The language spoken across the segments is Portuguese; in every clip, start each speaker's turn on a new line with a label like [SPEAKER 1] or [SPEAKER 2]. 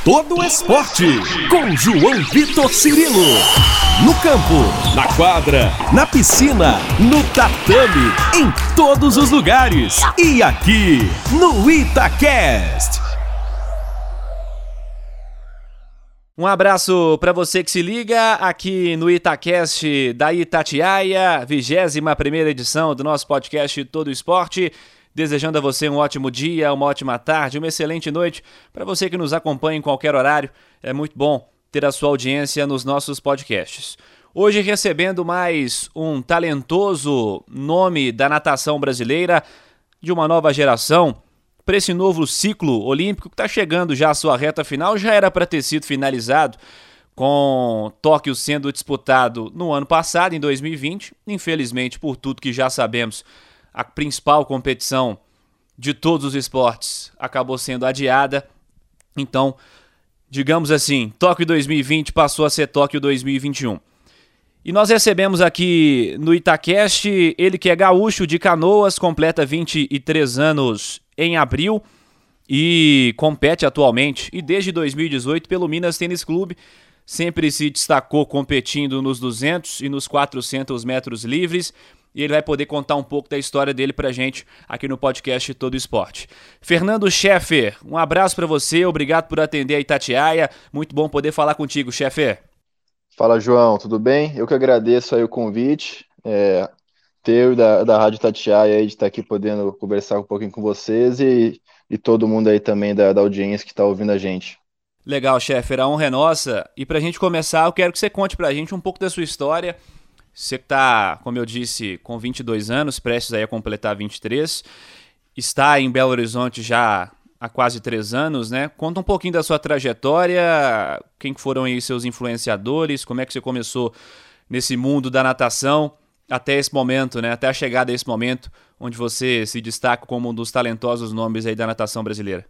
[SPEAKER 1] todo esporte, com João Vitor Cirilo. No campo, na quadra, na piscina, no tatame, em todos os lugares. E aqui, no Itacast.
[SPEAKER 2] Um abraço para você que se liga aqui no Itacast da Itatiaia, 21ª edição do nosso podcast Todo Esporte. Desejando a você um ótimo dia, uma ótima tarde, uma excelente noite. Para você que nos acompanha em qualquer horário, é muito bom ter a sua audiência nos nossos podcasts. Hoje recebendo mais um talentoso nome da natação brasileira, de uma nova geração, para esse novo ciclo olímpico que está chegando já à sua reta final. Já era para ter sido finalizado, com Tóquio sendo disputado no ano passado, em 2020. Infelizmente, por tudo que já sabemos, a principal competição de todos os esportes acabou sendo adiada. Então, digamos assim, Tóquio 2020 passou a ser Tóquio 2021. E nós recebemos aqui no Itacast ele que é gaúcho de Canoas, completa 23 anos em abril e compete atualmente e desde 2018 pelo Minas Tênis Clube. Sempre se destacou competindo nos 200 e nos 400 metros livres. E ele vai poder contar um pouco da história dele pra gente aqui no podcast Todo Esporte. Fernando Scheffer, um abraço pra você, obrigado por atender a Itatiaia. Muito bom poder falar contigo, Scheffer.
[SPEAKER 3] Fala, João, tudo bem? Eu que agradeço aí o convite, teu e da Rádio Itatiaia aí de estar aqui podendo conversar um pouquinho com vocês e todo mundo aí também da audiência que está ouvindo a gente.
[SPEAKER 2] Legal, Scheffer, a honra é nossa. E pra gente começar, eu quero que você conte pra gente um pouco da sua história. Você que está, como eu disse, com 22 anos, prestes aí a completar 23, está em Belo Horizonte já há quase 3 anos, né? Conta um pouquinho da sua trajetória, quem foram aí seus influenciadores, como é que você começou nesse mundo da natação até esse momento, né? Até a chegada a esse momento, onde você se destaca como um dos talentosos nomes aí da natação brasileira.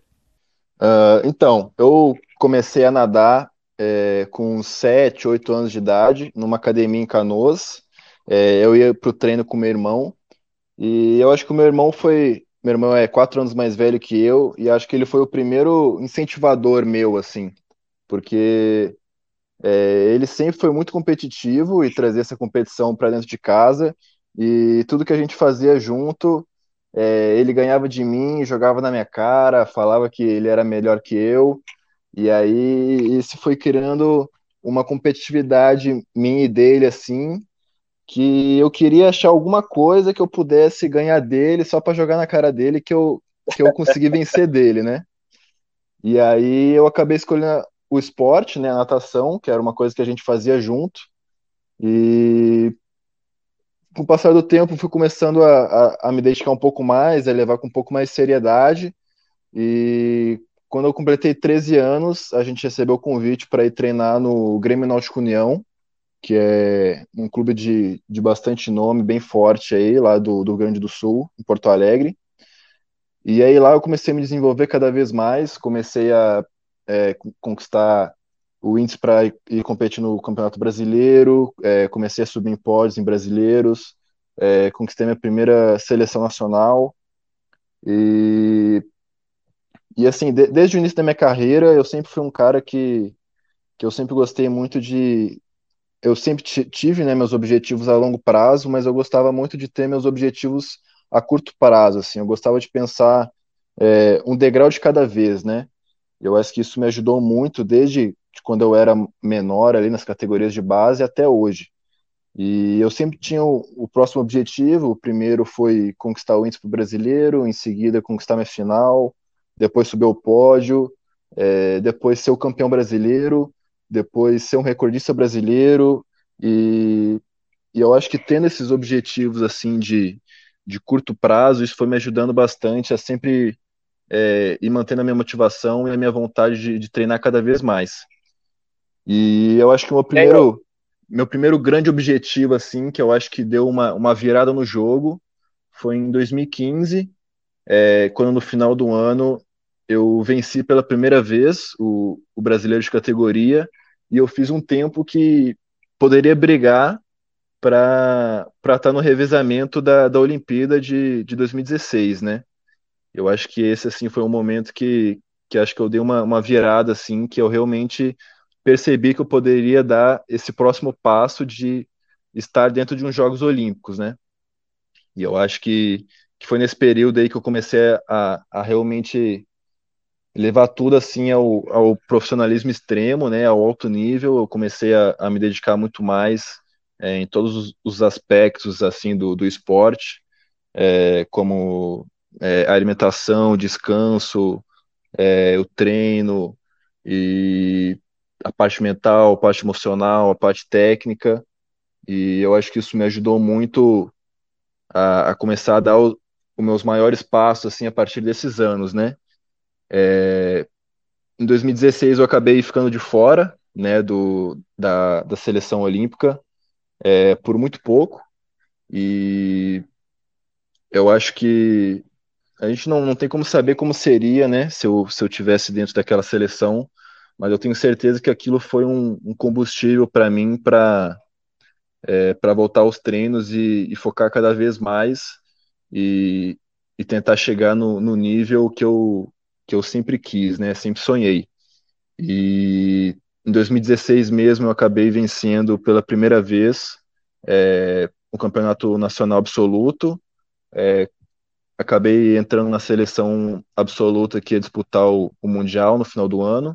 [SPEAKER 3] Então, eu comecei a nadar com 7, 8 anos de idade, numa academia em Canoas. Eu ia para o treino com meu irmão, e eu acho que meu irmão é 4 anos mais velho que eu, e acho que ele foi o primeiro incentivador meu, assim, porque ele sempre foi muito competitivo e trazia essa competição para dentro de casa, e tudo que a gente fazia junto, ele ganhava de mim, jogava na minha cara, falava que ele era melhor que eu. E aí isso foi criando uma competitividade minha e dele, assim, que eu queria achar alguma coisa que eu pudesse ganhar dele só para jogar na cara dele que eu consegui vencer dele, né? E aí eu acabei escolhendo o esporte, né, a natação, que era uma coisa que a gente fazia junto. E com o passar do tempo fui começando a me dedicar um pouco mais, a levar com um pouco mais de seriedade. E quando eu completei 13 anos, a gente recebeu o convite para ir treinar no Grêmio Náutico União, que é um clube de bastante nome, bem forte aí, lá do Rio Grande do Sul, em Porto Alegre. E aí lá eu comecei a me desenvolver cada vez mais, comecei a conquistar o índice para ir competir no Campeonato Brasileiro, comecei a subir em pódios em brasileiros, conquistei minha primeira seleção nacional. E assim, desde o início da minha carreira, eu sempre fui um cara que eu sempre gostei muito de. Eu sempre tive, né, meus objetivos a longo prazo, mas eu gostava muito de ter meus objetivos a curto prazo, assim. Eu gostava de pensar um degrau de cada vez, né? Eu acho que isso me ajudou muito desde quando eu era menor, ali nas categorias de base, até hoje. E eu sempre tinha o próximo objetivo. O primeiro foi conquistar o índice pro brasileiro, em seguida conquistar minha final, depois subir ao pódio, depois ser o campeão brasileiro, depois ser um recordista brasileiro. E, e eu acho que tendo esses objetivos assim de curto prazo, isso foi me ajudando bastante a sempre ir mantendo a minha motivação e a minha vontade de treinar cada vez mais. E eu acho que meu primeiro grande objetivo, assim, que eu acho que deu uma virada no jogo, foi em 2015, quando no final do ano eu venci pela primeira vez o brasileiro de categoria, e eu fiz um tempo que poderia brigar para estar no revezamento da Olimpíada de 2016, né? Eu acho que esse, assim, foi um momento que que acho que eu dei uma virada, assim, que eu realmente percebi que eu poderia dar esse próximo passo de estar dentro de uns Jogos Olímpicos, né? E eu acho que foi nesse período aí que eu comecei a realmente levar tudo assim ao profissionalismo extremo, né, ao alto nível. Eu comecei a me dedicar muito mais em todos os aspectos assim do esporte, como a alimentação, o descanso, o treino e a parte mental, a parte emocional, a parte técnica. E eu acho que isso me ajudou muito a começar a dar os meus maiores passos assim a partir desses anos, né? Em 2016 eu acabei ficando de fora, né, da seleção olímpica, por muito pouco, e eu acho que a gente não tem como saber como seria, né, se eu tivesse dentro daquela seleção, mas eu tenho certeza que aquilo foi um combustível para mim para voltar aos treinos e focar cada vez mais e, e tentar chegar no nível que eu sempre quis, né, sempre sonhei. E em 2016 mesmo eu acabei vencendo pela primeira vez o campeonato nacional absoluto. Acabei entrando na seleção absoluta que ia disputar o Mundial no final do ano.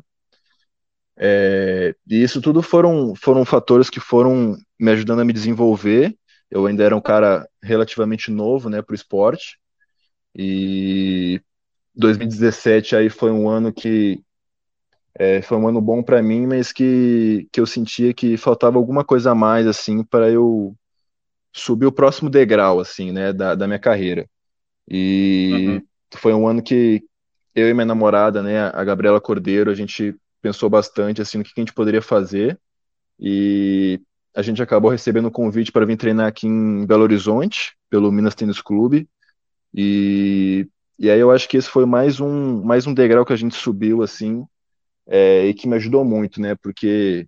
[SPEAKER 3] E isso tudo foram fatores que foram me ajudando a me desenvolver. Eu ainda era um cara relativamente novo, né, para o esporte. E 2017 aí foi um ano que foi um ano bom para mim, mas que eu sentia que faltava alguma coisa a mais, assim, para eu subir o próximo degrau, assim, né, da minha carreira. E
[SPEAKER 2] Uhum.
[SPEAKER 3] foi um ano que eu e minha namorada, né, a Gabriela Cordeiro, a gente pensou bastante, assim, no que a gente poderia fazer. E a gente acabou recebendo um convite para vir treinar aqui em Belo Horizonte, pelo Minas Tênis Clube. E, e aí eu acho que esse foi mais um degrau que a gente subiu, assim, e que me ajudou muito, né? Porque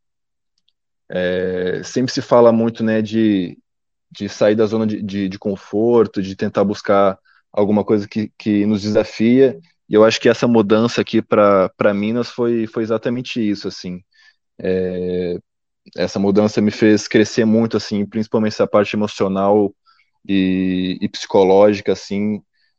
[SPEAKER 3] sempre se fala muito, né, de sair da zona de conforto, de tentar buscar alguma coisa que nos desafia. E eu acho que essa mudança aqui para Minas foi exatamente isso, assim. Essa mudança me fez crescer muito, assim, principalmente essa parte emocional e psicológica, assim,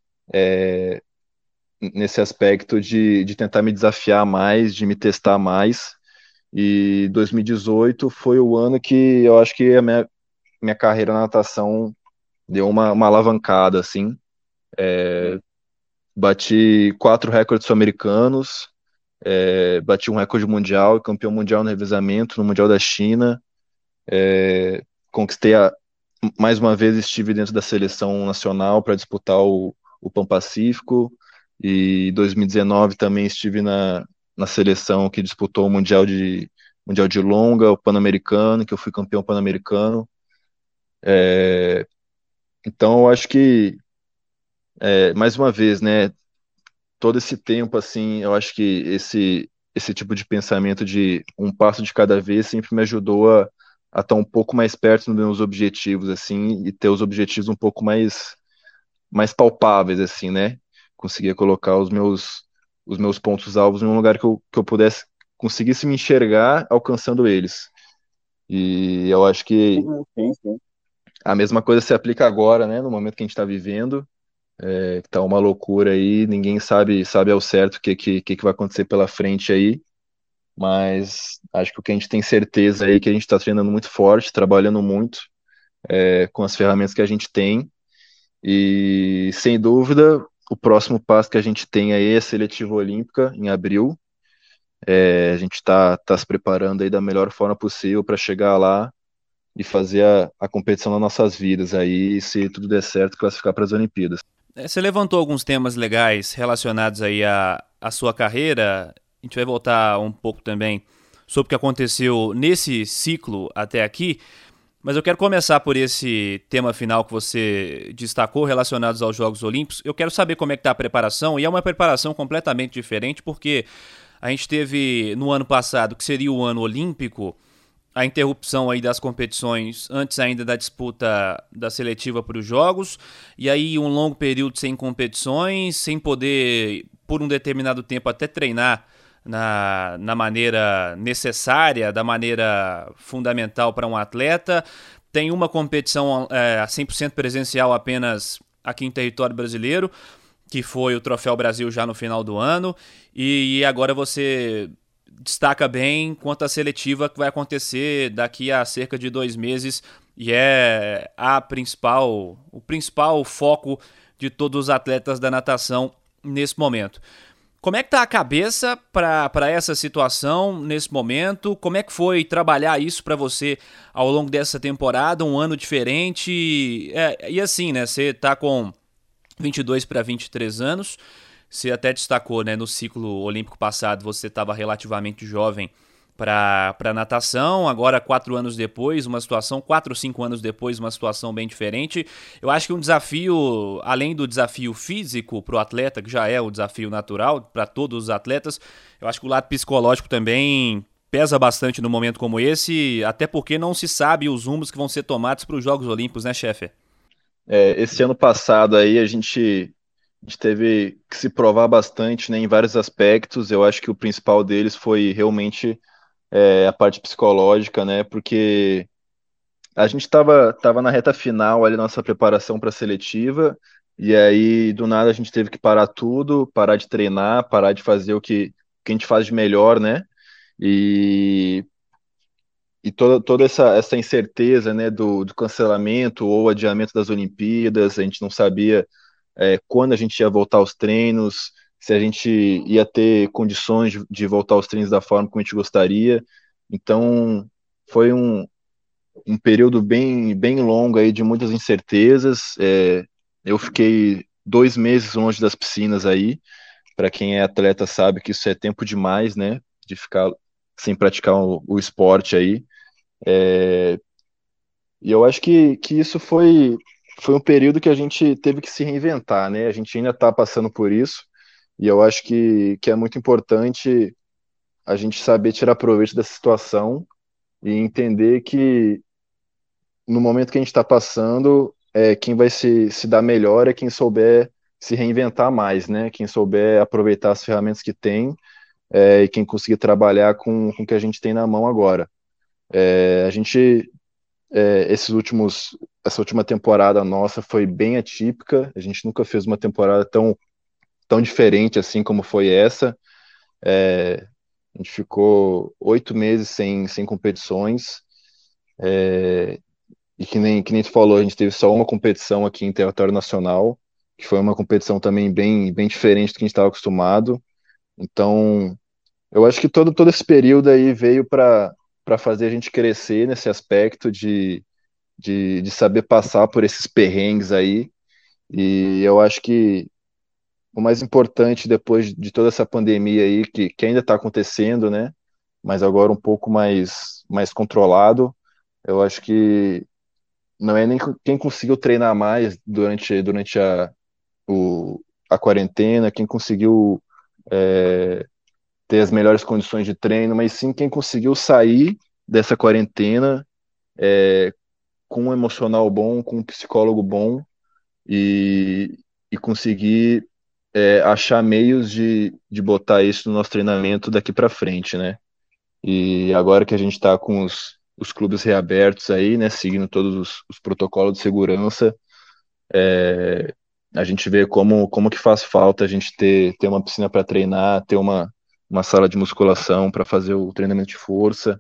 [SPEAKER 3] nesse aspecto de tentar me desafiar mais, de me testar mais. E 2018 foi o ano que eu acho que a minha carreira na natação deu uma alavancada, assim. Bati 4 recordes sul-americanos, bati um recorde mundial, campeão mundial no revezamento, no Mundial da China. Conquistei mais uma vez estive dentro da seleção nacional para disputar o Pan Pacífico. E 2019 também estive na seleção que disputou o Mundial de Longa, o Pan-Americano, que eu fui campeão pan-americano. Então, eu acho que, mais uma vez, né, todo esse tempo, assim, eu acho que esse tipo de pensamento de um passo de cada vez sempre me ajudou a estar um pouco mais perto dos meus objetivos, assim, e ter os objetivos um pouco mais palpáveis, assim, né? Conseguir colocar os meus pontos alvos em um lugar que eu pudesse, conseguisse me enxergar alcançando eles. E eu acho que
[SPEAKER 2] Sim, sim.
[SPEAKER 3] a mesma coisa se aplica agora, né? No momento que a gente está vivendo, que tá uma loucura aí, ninguém sabe ao certo o que vai acontecer pela frente aí, mas acho que o que a gente tem certeza aí é que a gente está treinando muito forte, trabalhando muito, com as ferramentas que a gente tem, e sem dúvida o próximo passo que a gente tem aí é a seletiva olímpica em abril. A gente tá se preparando aí da melhor forma possível para chegar lá e fazer a competição das nossas vidas aí, e se tudo der certo, classificar para as Olimpíadas.
[SPEAKER 2] Você levantou alguns temas legais relacionados aí à sua carreira. A gente vai voltar um pouco também sobre o que aconteceu nesse ciclo até aqui, mas eu quero começar por esse tema final que você destacou relacionados aos Jogos Olímpicos. Eu quero saber como é que está a preparação, e é uma preparação completamente diferente, porque a gente teve no ano passado, que seria o ano olímpico, a interrupção aí das competições antes ainda da disputa da seletiva para os Jogos, e aí um longo período sem competições, sem poder por um determinado tempo até treinar na maneira necessária, da maneira fundamental para um atleta. Tem uma competição 100% presencial apenas aqui em território brasileiro, que foi o Troféu Brasil já no final do ano, e agora você destaca bem quanto à seletiva que vai acontecer daqui a cerca de 2 meses, e é o principal foco de todos os atletas da natação nesse momento. Como é que tá a cabeça para essa situação nesse momento? Como é que foi trabalhar isso para você ao longo dessa temporada, um ano diferente? E assim, né, você tá com 22 para 23 anos, você até destacou, né, no ciclo olímpico passado você estava relativamente jovem para natação, agora 4 ou 5 anos depois, uma situação bem diferente. Eu acho que um desafio, além do desafio físico para o atleta, que já é o desafio natural para todos os atletas, eu acho que o lado psicológico também pesa bastante num momento como esse, até porque não se sabe os rumos que vão ser tomados para os Jogos Olímpicos, né, chefe?
[SPEAKER 3] Esse ano passado aí a gente teve que se provar bastante, né, em vários aspectos. Eu acho que o principal deles foi realmente a parte psicológica, né? Porque a gente tava na reta final ali, nossa preparação para a seletiva, e aí do nada a gente teve que parar tudo, parar de treinar, parar de fazer o que a gente faz de melhor, né? E, e toda essa incerteza, né, do cancelamento ou adiamento das Olimpíadas, a gente não sabia quando a gente ia voltar aos treinos, se a gente ia ter condições de voltar aos treinos da forma como a gente gostaria. Então, foi um período bem longo aí de muitas incertezas. Eu fiquei 2 meses longe das piscinas aí. Para quem é atleta sabe que isso é tempo demais, né? De ficar sem praticar o esporte aí. E eu acho que isso foi um período que a gente teve que se reinventar, né? A gente ainda está passando por isso. E eu acho que é muito importante a gente saber tirar proveito dessa situação e entender que no momento que a gente está passando, quem vai se dar melhor é quem souber se reinventar mais, né? Quem souber aproveitar as ferramentas que tem, e quem conseguir trabalhar com o que a gente tem na mão agora. A gente, essa última temporada nossa foi bem atípica, a gente nunca fez uma temporada tão diferente assim como foi essa. A gente ficou 8 meses sem competições, e que nem tu falou, a gente teve só uma competição aqui em território nacional, que foi uma competição também bem diferente do que a gente estava acostumado. Então, eu acho que todo esse período aí veio para fazer a gente crescer nesse aspecto de saber passar por esses perrengues aí. E eu acho que o mais importante depois de toda essa pandemia aí, que ainda está acontecendo, né? Mas agora um pouco mais controlado, eu acho que não é nem quem conseguiu treinar mais durante a quarentena, quem conseguiu ter as melhores condições de treino, mas sim quem conseguiu sair dessa quarentena com um emocional bom, com um psicólogo bom e conseguir achar meios de botar isso no nosso treinamento daqui para frente, né? E agora que a gente está com os clubes reabertos aí, né, seguindo todos os protocolos de segurança, a gente vê como que faz falta a gente ter uma piscina para treinar, ter uma sala de musculação para fazer o treinamento de força,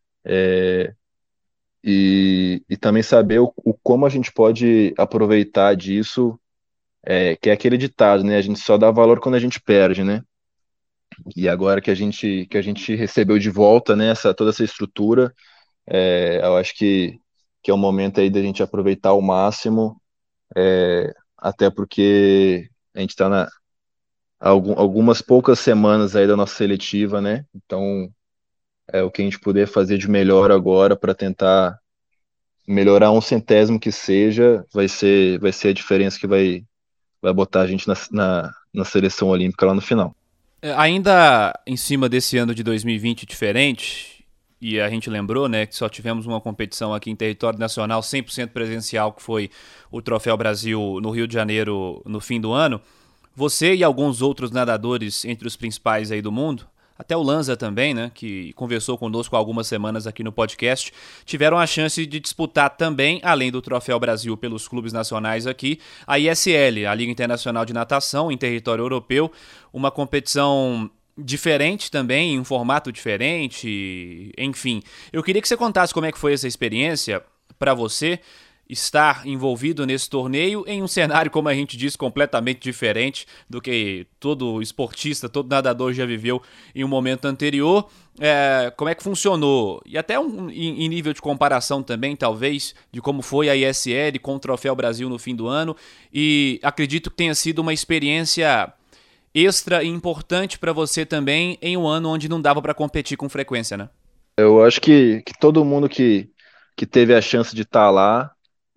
[SPEAKER 3] e também saber o como a gente pode aproveitar disso, que é aquele ditado, né? A gente só dá valor quando a gente perde, né? E agora que a gente recebeu de volta, né, toda essa estrutura, eu acho que é o momento aí da gente aproveitar ao máximo, até porque a gente está algumas poucas semanas aí da nossa seletiva, né? Então, o que a gente puder fazer de melhor agora para tentar melhorar um centésimo que seja, vai ser a diferença que vai botar a gente na seleção olímpica lá no final.
[SPEAKER 2] Ainda em cima desse ano de 2020 diferente, e a gente lembrou, né, que só tivemos uma competição aqui em território nacional 100% presencial, que foi o Troféu Brasil no Rio de Janeiro no fim do ano. você e alguns outros nadadores entre os principais aí do mundo, até o Lanza também, né, que conversou conosco há algumas semanas aqui no podcast, tiveram a chance de disputar também, além do Troféu Brasil pelos clubes nacionais aqui, a ISL, a Liga Internacional de Natação, em território europeu, uma competição diferente também, em um formato diferente, enfim. Eu queria que você contasse como é que foi essa experiência para você, estar envolvido nesse torneio em um cenário, como a gente disse, completamente diferente do que todo esportista, todo nadador já viveu em um momento anterior. Como é que funcionou? E até em nível de comparação também, talvez, de como foi a ISL com o Troféu Brasil no fim do ano. E acredito que tenha sido uma experiência extra e importante para você também em um ano onde não dava para competir com frequência, né?
[SPEAKER 3] Eu acho que todo mundo que teve a chance de estar lá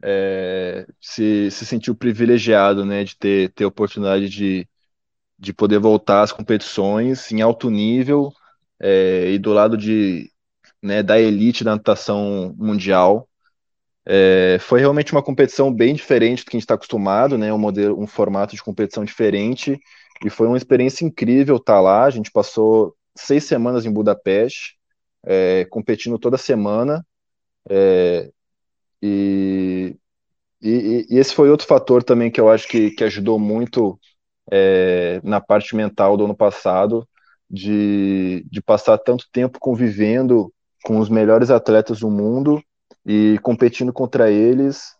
[SPEAKER 3] se sentiu privilegiado, né, de ter a oportunidade de poder voltar às competições em alto nível, e do lado né, da elite da natação mundial. Foi realmente uma competição bem diferente do que a gente está acostumado, né, um formato de competição diferente, e foi uma experiência incrível estar lá. A gente passou 6 semanas em Budapeste, competindo toda semana, e, e esse foi outro fator também que eu acho que ajudou muito na parte mental do ano passado, de passar tanto tempo convivendo com os melhores atletas do mundo e competindo contra eles.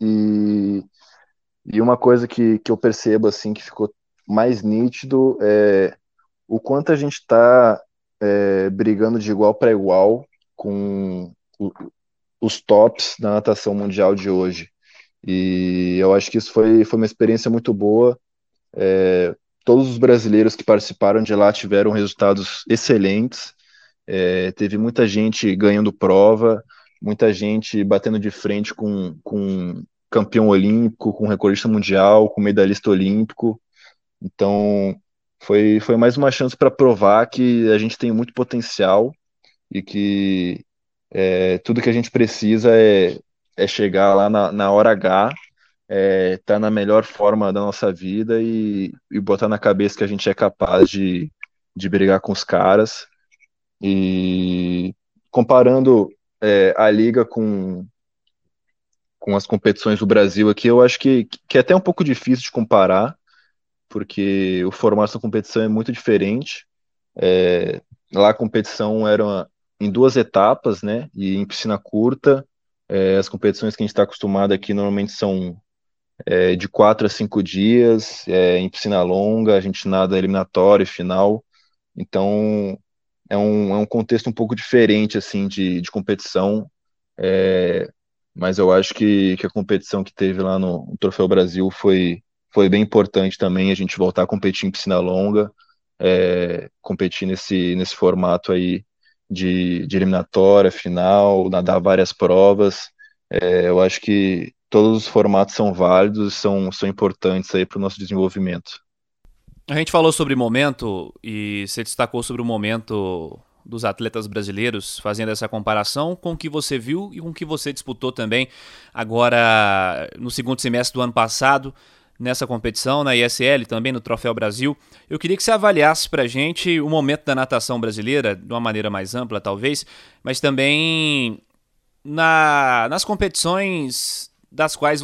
[SPEAKER 3] E uma coisa que eu percebo assim que ficou mais nítido é o quanto a gente está brigando de igual para igual com os tops da natação mundial de hoje. E eu acho que isso foi uma experiência muito boa. Todos os brasileiros que participaram de lá tiveram resultados excelentes. Teve muita gente ganhando prova, muita gente batendo de frente com campeão olímpico, com recordista mundial, com medalhista olímpico. Então, foi mais uma chance para provar que a gente tem muito potencial e que tudo que a gente precisa é chegar lá na hora H, tá na melhor forma da nossa vida e botar na cabeça que a gente é capaz de brigar com os caras. E comparando a liga com as competições do Brasil aqui, eu acho que é até um pouco difícil de comparar, porque o formato da competição é muito diferente. Lá a competição era em 2 etapas, né? E em piscina curta. As competições que a gente está acostumado aqui normalmente são de 4 a 5 dias, em piscina longa, a gente nada eliminatório, final. Então é um contexto um pouco diferente assim de competição, mas eu acho que a competição que teve lá no Troféu Brasil foi bem importante também, a gente voltar a competir em piscina longa, competir nesse formato aí de eliminatória, final, nadar várias provas. Eu acho que todos os formatos são válidos, são importantes aí para o nosso desenvolvimento.
[SPEAKER 2] A gente falou sobre momento e você destacou sobre o momento dos atletas brasileiros, fazendo essa comparação com o que você viu e com o que você disputou também agora no segundo semestre do ano passado, nessa competição, na ISL, também no Troféu Brasil. Eu queria que você avaliasse pra gente o momento da natação brasileira, de uma maneira mais ampla talvez, mas também nas competições das quais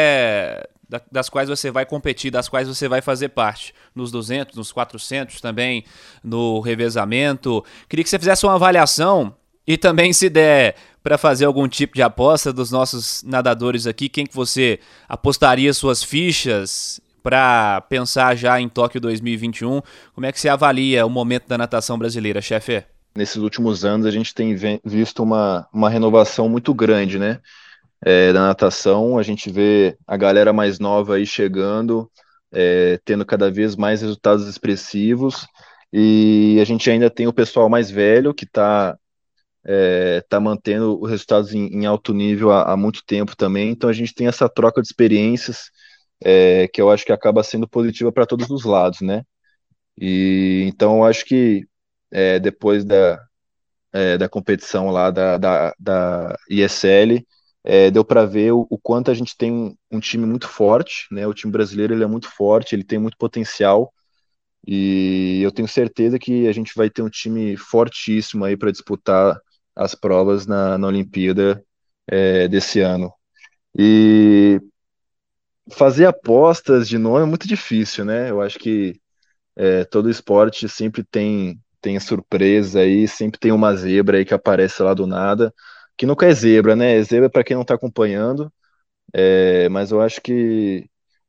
[SPEAKER 2] você vai competir, das quais você vai fazer parte, nos 200, nos 400 também, no revezamento. Queria que você fizesse uma avaliação e também, se der para fazer algum tipo de aposta dos nossos nadadores aqui, quem que você apostaria suas fichas para pensar já em Tóquio 2021? Como é que você avalia o momento da natação brasileira, chefe?
[SPEAKER 3] Nesses últimos anos a gente tem visto uma renovação muito grande, né? Da natação, a gente vê a galera mais nova aí chegando, tendo cada vez mais resultados expressivos, e a gente ainda tem o pessoal mais velho que tá mantendo os resultados em alto nível há muito tempo também. Então a gente tem essa troca de experiências, que eu acho que acaba sendo positiva para todos os lados, né? E então eu acho que depois da competição lá da ISL, deu para ver o quanto a gente tem um time muito forte, né? O time brasileiro ele é muito forte, ele tem muito potencial, E eu tenho certeza que a gente vai ter um time fortíssimo aí para disputar as provas na Olimpíada desse ano. E fazer apostas de nome é muito difícil, né? Eu acho que todo esporte sempre tem surpresa aí, sempre tem uma zebra aí que aparece lá do nada, que nunca é zebra, né? É zebra para quem não está acompanhando, mas eu acho que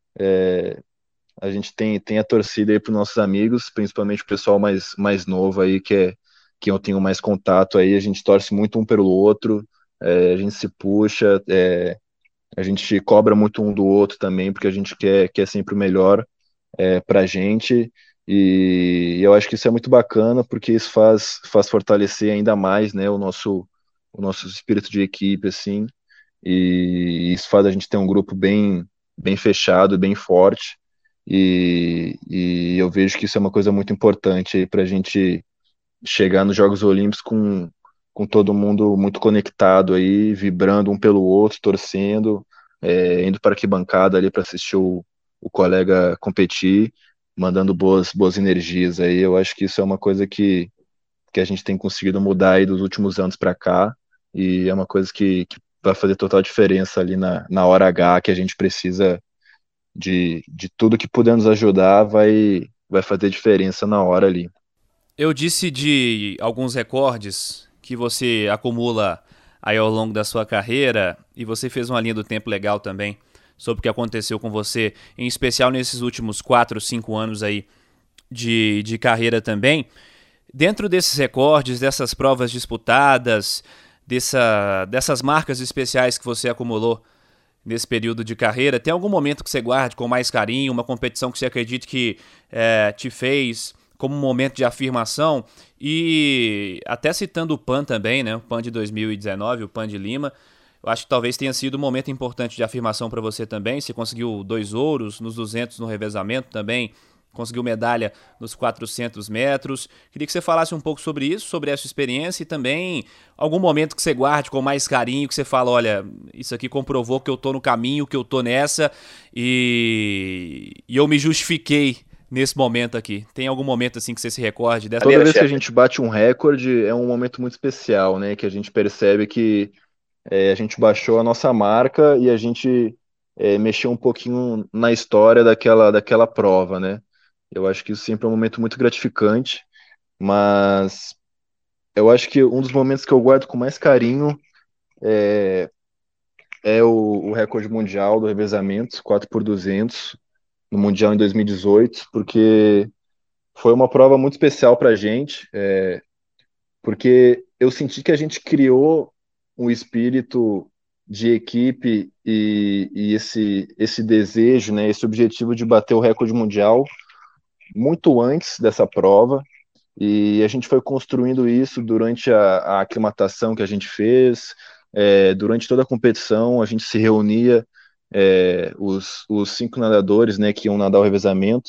[SPEAKER 3] a gente tem a torcida aí para os nossos amigos, principalmente o pessoal mais novo aí, que eu tenho mais contato aí, a gente torce muito um pelo outro, a gente se puxa, a gente cobra muito um do outro também, porque a gente quer sempre o melhor para a gente, e eu acho que isso é muito bacana, porque isso faz fortalecer ainda mais, né, o nosso espírito de equipe, assim, e isso faz a gente ter um grupo bem fechado, bem forte, e eu vejo que isso é uma coisa muito importante para a gente chegar nos Jogos Olímpicos com todo mundo muito conectado aí, vibrando um pelo outro, torcendo, indo para a arquibancada ali para assistir o colega competir, mandando boas energias aí. Eu acho que isso é uma coisa que a gente tem conseguido mudar aí dos últimos anos para cá, e é uma coisa que vai fazer total diferença ali na hora H, que a gente precisa de tudo que puder nos ajudar, vai fazer diferença na hora ali.
[SPEAKER 2] Eu disse de alguns recordes que você acumula aí ao longo da sua carreira e você fez uma linha do tempo legal também sobre o que aconteceu com você, em especial nesses últimos 4, 5 anos aí de carreira também. Dentro desses recordes, dessas provas disputadas, dessas marcas especiais que você acumulou nesse período de carreira, tem algum momento que você guarde com mais carinho, uma competição que você acredite que te fez como um momento de afirmação? E até citando o PAN também, né? O PAN de 2019, o PAN de Lima, eu acho que talvez tenha sido um momento importante de afirmação para você também. Você conseguiu 2 ouros nos 200 no revezamento também, conseguiu medalha nos 400 metros. Queria que você falasse um pouco sobre isso, sobre essa experiência e também algum momento que você guarde com mais carinho, que você fala, olha, isso aqui comprovou que eu tô no caminho, que eu tô nessa e eu me justifiquei nesse momento aqui. Tem algum momento assim que você se recorde dessa
[SPEAKER 3] Toda
[SPEAKER 2] maneira,
[SPEAKER 3] vez que a
[SPEAKER 2] chefe?
[SPEAKER 3] gente bate um recorde, é um momento muito especial, né? Que a gente percebe que a gente baixou a nossa marca e a gente mexeu um pouquinho na história daquela prova, né? Eu acho que isso sempre é um momento muito gratificante, mas eu acho que um dos momentos que eu guardo com mais carinho é o recorde mundial do revezamento, 4x200, no Mundial em 2018, porque foi uma prova muito especial para a gente, porque eu senti que a gente criou um espírito de equipe e esse desejo, né, esse objetivo de bater o recorde mundial muito antes dessa prova. E a gente foi construindo isso durante a aclimatação que a gente fez, durante toda a competição, a gente se reunia, os 5 nadadores, né, que iam nadar o revezamento,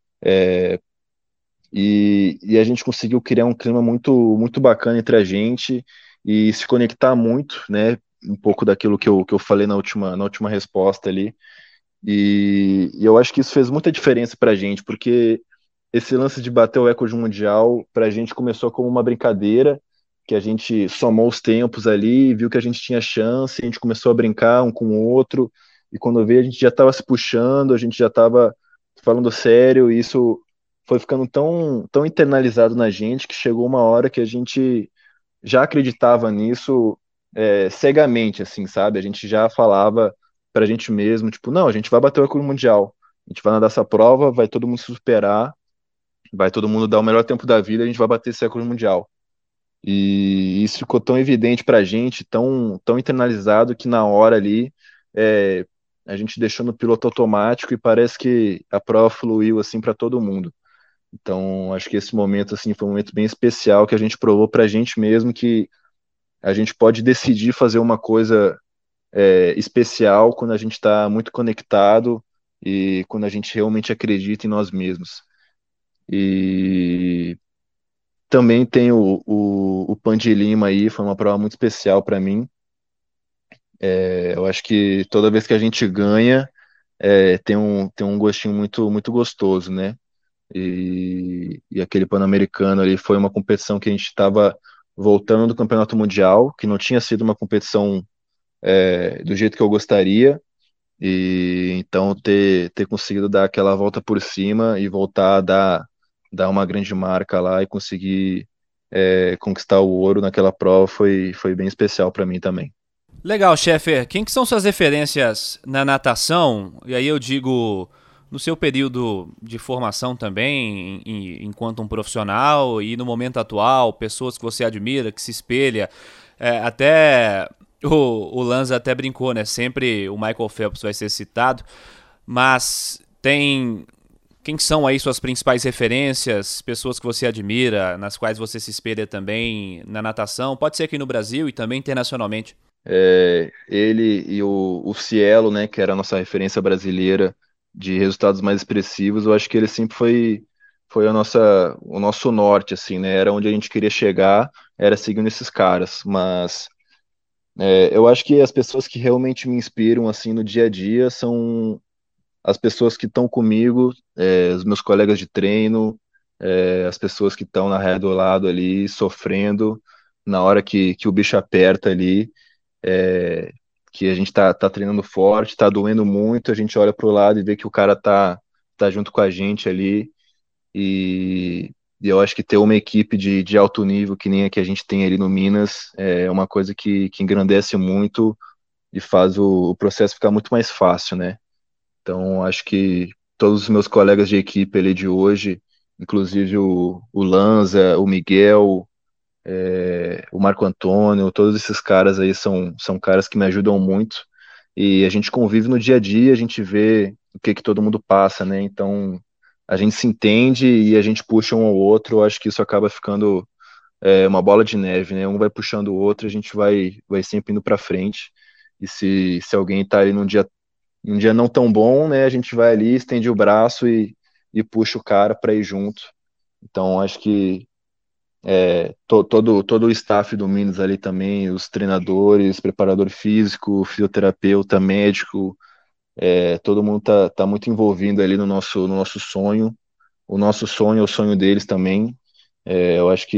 [SPEAKER 3] e a gente conseguiu criar um clima muito bacana entre a gente e se conectar muito, né? Um pouco daquilo que eu falei na última resposta ali. E eu acho que isso fez muita diferença pra gente, porque esse lance de bater o recorde mundial pra gente começou como uma brincadeira, que a gente somou os tempos ali, viu que a gente tinha chance, a gente começou a brincar um com o outro, e quando veio a gente já estava se puxando, a gente já estava falando sério, e isso foi ficando tão internalizado na gente que chegou uma hora que a gente já acreditava nisso cegamente, assim, sabe? A gente já falava pra gente mesmo, tipo, não, a gente vai bater o recorde mundial, a gente vai nadar essa prova, vai todo mundo se superar, vai todo mundo dar o melhor tempo da vida, a gente vai bater esse recorde mundial. E isso ficou tão evidente pra gente, tão internalizado, que na hora ali é, a gente deixou no piloto automático e parece que a prova fluiu assim para todo mundo. Então, acho que esse momento assim foi um momento bem especial que a gente provou pra gente mesmo que a gente pode decidir fazer uma coisa especial quando a gente está muito conectado e quando a gente realmente acredita em nós mesmos. E também tem o Pan de Lima aí, foi uma prova muito especial para mim. Eu acho que toda vez que a gente ganha, tem um gostinho muito gostoso, né? e aquele Pan-Americano ali foi uma competição que a gente estava voltando do Campeonato Mundial, que não tinha sido uma competição do jeito que eu gostaria, e então ter conseguido dar aquela volta por cima e voltar a dar uma grande marca lá e conseguir conquistar o ouro naquela prova foi bem especial para mim também.
[SPEAKER 2] Legal, Scheffer. Quem que são suas referências na natação? E aí eu digo no seu período de formação também, enquanto um profissional, e no momento atual, pessoas que você admira, que se espelha. Até o Lanza até brincou, né? Sempre o Michael Phelps vai ser citado, mas quem são aí suas principais referências, pessoas que você admira, nas quais você se espelha também na natação? Pode ser aqui no Brasil e também internacionalmente.
[SPEAKER 3] Ele e o Cielo, né, que era a nossa referência brasileira de resultados mais expressivos, eu acho que ele sempre foi o nosso norte, assim, né? Era onde a gente queria chegar, era seguindo esses caras. Mas eu acho que as pessoas que realmente me inspiram assim no dia a dia são as pessoas que estão comigo, os meus colegas de treino, as pessoas que estão na reta do lado ali, sofrendo na hora que o bicho aperta ali, que a gente tá treinando forte, tá doendo muito, a gente olha pro lado e vê que o cara tá junto com a gente ali, e eu acho que ter uma equipe de alto nível, que nem a que a gente tem ali no Minas, é uma coisa que engrandece muito e faz o processo ficar muito mais fácil, né? Então, acho que todos os meus colegas de equipe ali de hoje, inclusive o Lanza, o Miguel, o Marco Antônio, todos esses caras aí são caras que me ajudam muito. E a gente convive no dia a dia, a gente vê o que todo mundo passa, né? Então, a gente se entende e a gente puxa um ao outro. Eu acho que isso acaba ficando uma bola de neve, né? Um vai puxando o outro, a gente vai sempre indo para frente. E se alguém tá ali num dia não tão bom, né? A gente vai ali, estende o braço e puxa o cara para ir junto. Então, acho que todo o staff do Minas ali também, os treinadores, preparador físico, fisioterapeuta, médico, todo mundo tá muito envolvido ali no nosso sonho. O nosso sonho é o sonho deles também. Eu acho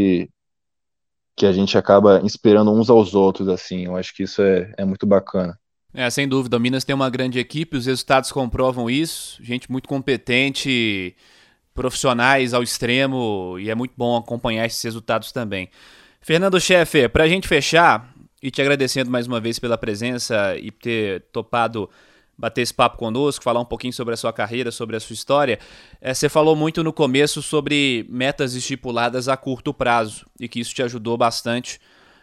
[SPEAKER 3] que a gente acaba inspirando uns aos outros, assim. Eu acho que isso é muito bacana.
[SPEAKER 2] Sem dúvida, o Minas tem uma grande equipe, os resultados comprovam isso, gente muito competente, profissionais ao extremo, e é muito bom acompanhar esses resultados também. Fernando Scheffer, para a gente fechar, e te agradecendo mais uma vez pela presença e ter topado bater esse papo conosco, falar um pouquinho sobre a sua carreira, sobre a sua história, você falou muito no começo sobre metas estipuladas a curto prazo, e que isso te ajudou bastante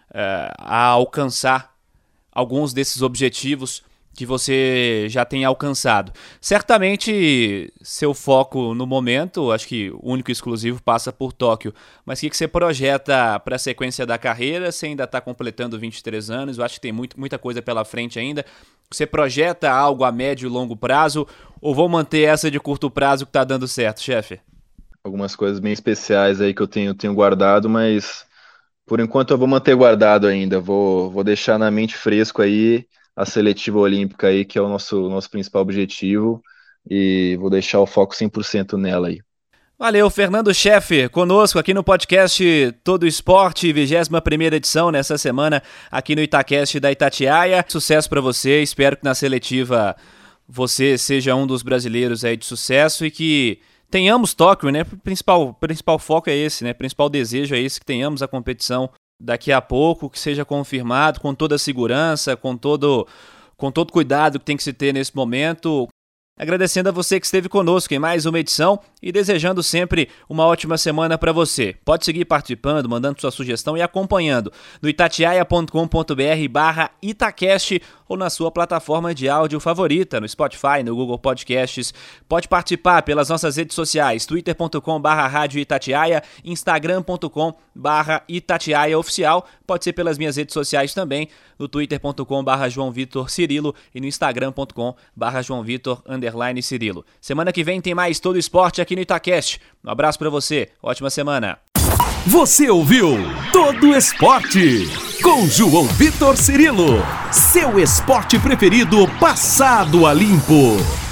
[SPEAKER 2] a alcançar alguns desses objetivos que você já tem alcançado. Certamente, seu foco no momento, acho que o único e exclusivo, passa por Tóquio. Mas o que você projeta para a sequência da carreira? Você ainda está completando 23 anos, eu acho que tem muita coisa pela frente ainda. Você projeta algo a médio e longo prazo ou vou manter essa de curto prazo que está dando certo, chefe?
[SPEAKER 3] Algumas coisas bem especiais aí que eu tenho guardado, mas por enquanto eu vou manter guardado ainda. Vou deixar na mente fresco aí a seletiva olímpica aí, que é o nosso principal objetivo, e vou deixar o foco 100% nela aí.
[SPEAKER 2] Valeu, Fernando Scheffer, conosco aqui no podcast Todo Esporte, 21ª edição nessa semana aqui no Itacast da Itatiaia. Sucesso para você, espero que na seletiva você seja um dos brasileiros aí de sucesso e que tenhamos Tóquio, né? O principal foco é esse, né? O principal desejo é esse, que tenhamos a competição daqui a pouco, que seja confirmado com toda a segurança, com todo cuidado que tem que se ter nesse momento. Agradecendo a você que esteve conosco em mais uma edição e desejando sempre uma ótima semana para você. Pode seguir participando, mandando sua sugestão e acompanhando no itatiaia.com.br/Itacast ou na sua plataforma de áudio favorita, no Spotify, no Google Podcasts. Pode participar pelas nossas redes sociais, twitter.com/Rádio Itatiaia, instagram.com/ItatiaiaOficial. Pode ser pelas minhas redes sociais também, no twitter.com/João Vitor Cirilo e no instagram.com/João Vitor_Cirilo. Semana que vem tem mais Todo Esporte aqui no Itacast. Um abraço pra você, ótima semana.
[SPEAKER 1] Você ouviu Todo Esporte com João Vitor Cirilo, seu esporte preferido passado a limpo.